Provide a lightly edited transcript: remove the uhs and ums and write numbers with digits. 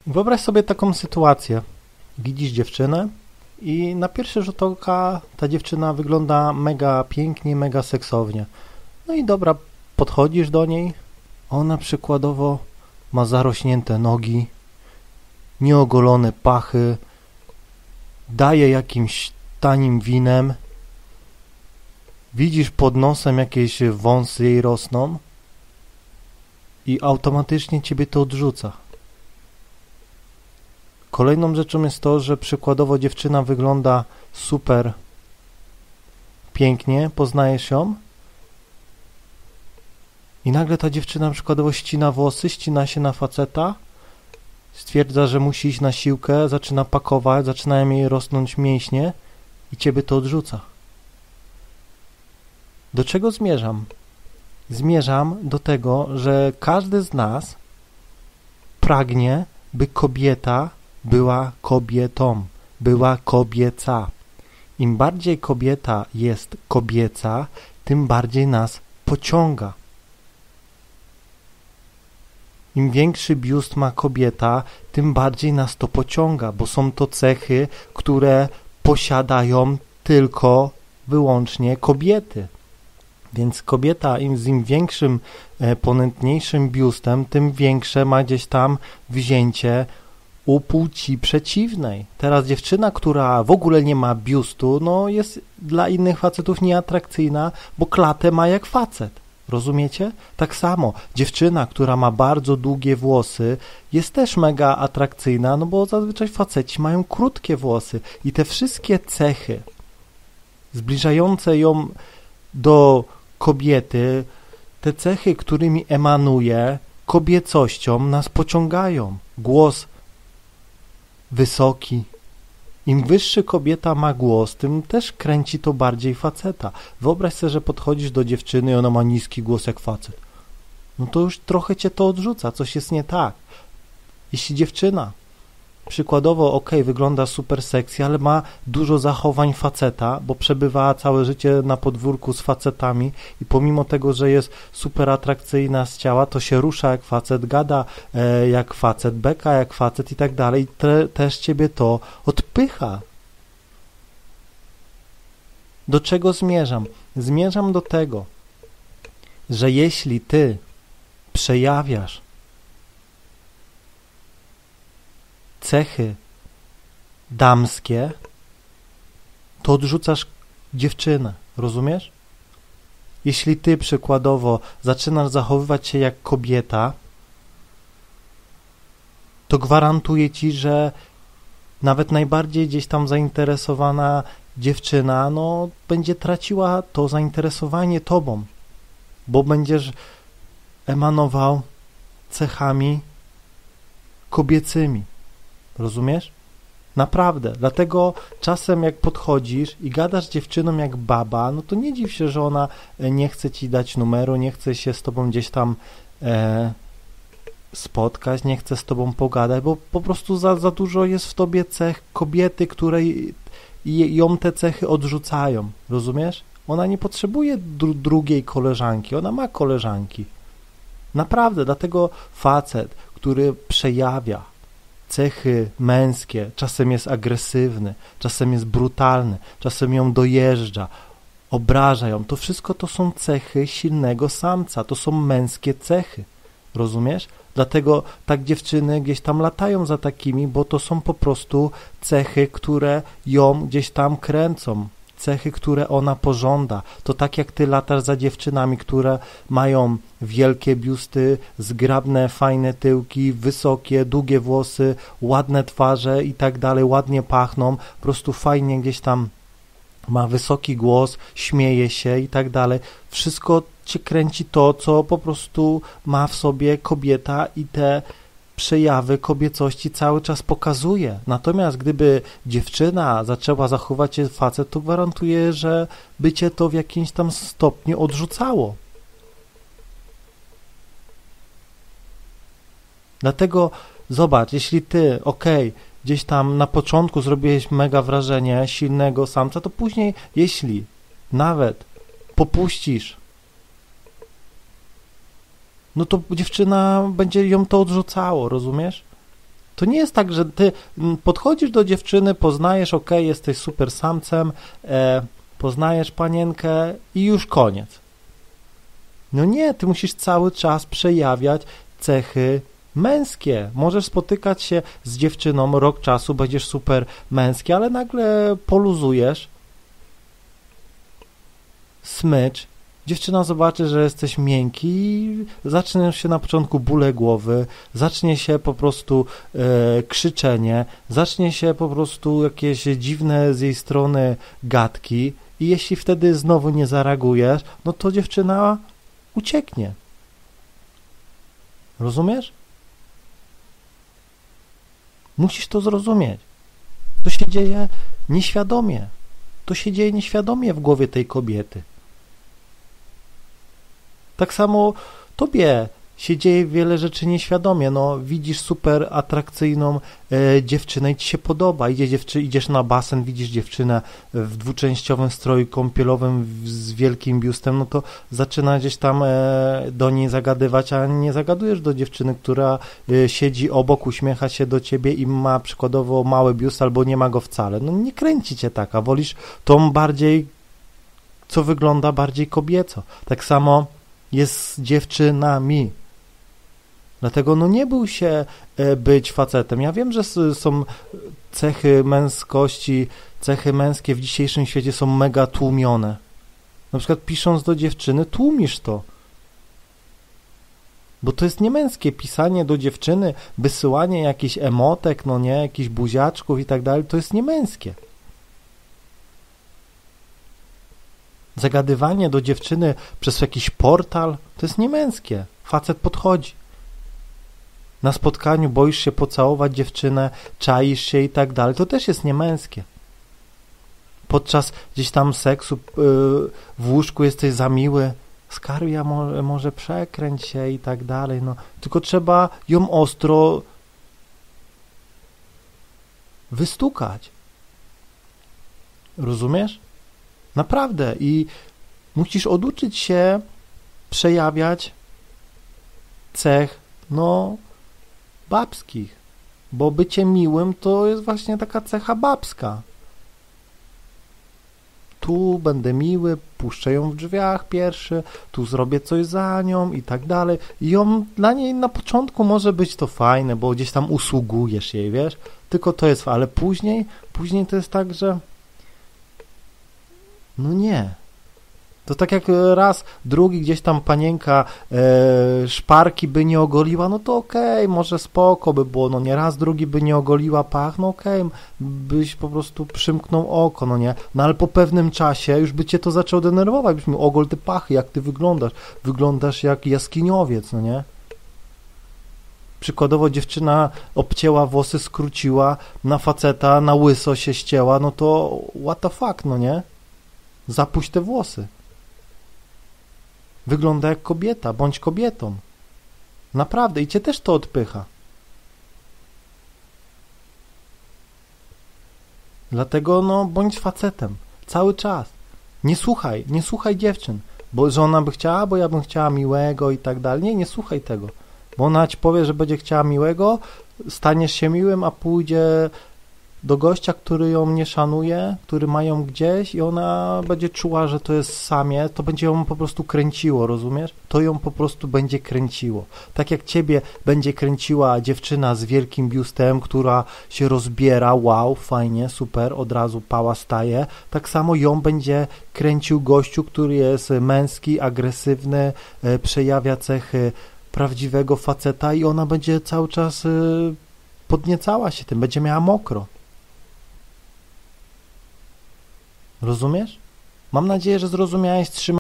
Wyobraź sobie taką sytuację. Widzisz dziewczynę i na pierwszy rzut oka ta dziewczyna wygląda mega pięknie, mega seksownie. No i dobra, podchodzisz do niej, ona przykładowo ma zarośnięte nogi, nieogolone pachy, daje jakimś tanim winem, widzisz pod nosem jakieś wąsy jej rosną i automatycznie ciebie to odrzuca. Kolejną rzeczą jest to, że przykładowo dziewczyna wygląda super pięknie, poznajesz ją i nagle ta dziewczyna przykładowo ścina włosy, ścina się na faceta, stwierdza, że musi iść na siłkę, zaczyna pakować, zaczynają jej rosnąć mięśnie i ciebie to odrzuca. Do czego zmierzam? Zmierzam do tego, że każdy z nas pragnie, by kobieta była kobietą, była kobieca. Im bardziej kobieta jest kobieca, tym bardziej nas pociąga. Im większy biust ma kobieta, tym bardziej nas to pociąga, bo są to cechy, które posiadają tylko wyłącznie kobiety. Więc kobieta im większym, ponętniejszym biustem, tym większe ma gdzieś tam wzięcie u płci przeciwnej. Teraz dziewczyna, która w ogóle nie ma biustu, no jest dla innych facetów nieatrakcyjna, bo klatę ma jak facet. Rozumiecie? Tak samo dziewczyna, która ma bardzo długie włosy, jest też mega atrakcyjna, no bo zazwyczaj faceci mają krótkie włosy i te wszystkie cechy zbliżające ją do kobiety, te cechy, którymi emanuje kobiecością, nas pociągają. Głos wysoki. Im wyższy kobieta ma głos, tym też kręci to bardziej faceta. Wyobraź sobie, że podchodzisz do dziewczyny i ona ma niski głos jak facet. No to już trochę cię to odrzuca, coś jest nie tak. Jeśli dziewczyna przykładowo, wygląda super sexy, ale ma dużo zachowań faceta, bo przebywała całe życie na podwórku z facetami i pomimo tego, że jest super atrakcyjna z ciała, to się rusza jak facet, gada jak facet, beka jak facet i tak dalej. Też ciebie to odpycha. Do czego zmierzam? Zmierzam do tego, że jeśli ty przejawiasz cechy damskie, to odrzucasz dziewczynę, rozumiesz? Jeśli ty przykładowo zaczynasz zachowywać się jak kobieta, to gwarantuję ci, że nawet najbardziej gdzieś tam zainteresowana dziewczyna, no będzie traciła to zainteresowanie tobą, bo będziesz emanował cechami kobiecymi. Rozumiesz? Naprawdę. Dlatego czasem jak podchodzisz i gadasz z dziewczyną jak baba, no to nie dziw się, że ona nie chce ci dać numeru, nie chce się z tobą gdzieś tam spotkać, nie chce z tobą pogadać, bo po prostu za dużo jest w tobie cech kobiety, które ją te cechy odrzucają. Rozumiesz? Ona nie potrzebuje drugiej koleżanki, ona ma koleżanki. Naprawdę. Dlatego facet, który przejawia cechy męskie, czasem jest agresywny, czasem jest brutalny, czasem ją dojeżdża, obraża ją. To wszystko to są cechy silnego samca, to są męskie cechy. Rozumiesz? Dlatego tak dziewczyny gdzieś tam latają za takimi, bo to są po prostu cechy, które ją gdzieś tam kręcą. Cechy, które ona pożąda. To tak jak ty latasz za dziewczynami, które mają wielkie biusty, zgrabne, fajne tyłki, wysokie, długie włosy, ładne twarze i tak dalej, ładnie pachną, po prostu fajnie gdzieś tam ma wysoki głos, śmieje się i tak dalej. Wszystko cię kręci to, co po prostu ma w sobie kobieta i te przejawy kobiecości cały czas pokazuje. Natomiast gdyby dziewczyna zaczęła zachować się facet, to gwarantuję, że by cię to w jakimś tam stopniu odrzucało. Dlatego zobacz, jeśli ty, gdzieś tam na początku zrobiłeś mega wrażenie silnego samca, to później, jeśli nawet popuścisz, no to dziewczyna będzie ją to odrzucało, rozumiesz? To nie jest tak, że ty podchodzisz do dziewczyny, poznajesz, okej, jesteś super samcem, poznajesz panienkę i już koniec. No nie, ty musisz cały czas przejawiać cechy męskie. Możesz spotykać się z dziewczyną rok czasu, będziesz super męski, ale nagle poluzujesz smycz, dziewczyna zobaczy, że jesteś miękki i zaczną się na początku bóle głowy, zacznie się po prostu krzyczenie, zacznie się po prostu jakieś dziwne z jej strony gadki i jeśli wtedy znowu nie zareagujesz, no to dziewczyna ucieknie. Rozumiesz? Musisz to zrozumieć. To się dzieje nieświadomie. To się dzieje nieświadomie w głowie tej kobiety. Tak samo tobie się dzieje wiele rzeczy nieświadomie. No, widzisz super atrakcyjną dziewczynę i ci się podoba. Idziesz na basen, widzisz dziewczynę w dwuczęściowym stroju kąpielowym z wielkim biustem, no to zaczyna gdzieś tam do niej zagadywać, a nie zagadujesz do dziewczyny, która siedzi obok, uśmiecha się do ciebie i ma przykładowo mały biust albo nie ma go wcale. No nie kręci cię taka, wolisz tą bardziej, co wygląda bardziej kobieco. Tak samo jest z dziewczynami. Dlatego no nie bój się być facetem. Ja wiem, że są cechy męskości, cechy męskie w dzisiejszym świecie są mega tłumione. Na przykład pisząc do dziewczyny, tłumisz to. Bo to jest niemęskie. Pisanie do dziewczyny, wysyłanie jakichś emotek, no nie, jakichś buziaczków i tak dalej, to jest niemęskie. Zagadywanie do dziewczyny przez jakiś portal, to jest niemęskie. Facet podchodzi. Na spotkaniu boisz się pocałować dziewczynę, czaisz się i tak dalej, to też jest niemęskie. Podczas gdzieś tam seksu w łóżku jesteś za miły, skarbia, może przekręć się i tak dalej, no. Tylko trzeba ją ostro wystukać. Rozumiesz? Naprawdę. I musisz oduczyć się przejawiać cech, no, babskich, bo bycie miłym to jest właśnie taka cecha babska. Tu będę miły, puszczę ją w drzwiach pierwszy, tu zrobię coś za nią i tak dalej. I dla niej na początku może być to fajne, bo gdzieś tam usługujesz jej, wiesz? Tylko to jest, ale później to jest tak, że no nie. To tak jak raz, drugi gdzieś tam panienka szparki by nie ogoliła, no to okej, może spoko by było, no nie, raz, drugi by nie ogoliła pach, no okej, byś po prostu przymknął oko, no nie, no ale po pewnym czasie już by cię to zaczęło denerwować, byś mówił, ogol te pachy, jak ty wyglądasz jak jaskiniowiec, no nie. Przykładowo dziewczyna obcięła włosy, skróciła, na faceta, na łyso się ścięła, no to what the fuck, no nie. Zapuść te włosy. Wygląda jak kobieta, bądź kobietą. Naprawdę, i cię też to odpycha. Dlatego, no, bądź facetem. Cały czas. Nie słuchaj dziewczyn. Bo że ona by chciała, bo ja bym chciała miłego i tak dalej. Nie słuchaj tego. Bo ona ci powie, że będzie chciała miłego, staniesz się miłym, a pójdzie do gościa, który ją nie szanuje, który ma ją gdzieś i ona będzie czuła, że to jest samie, to będzie ją po prostu kręciło, rozumiesz? To ją po prostu będzie kręciło. Tak jak ciebie będzie kręciła dziewczyna z wielkim biustem, która się rozbiera, wow, fajnie, super, od razu pała staje, tak samo ją będzie kręcił gościu, który jest męski, agresywny, przejawia cechy prawdziwego faceta i ona będzie cały czas podniecała się tym, będzie miała mokro. Rozumiesz? Mam nadzieję, że zrozumiałeś,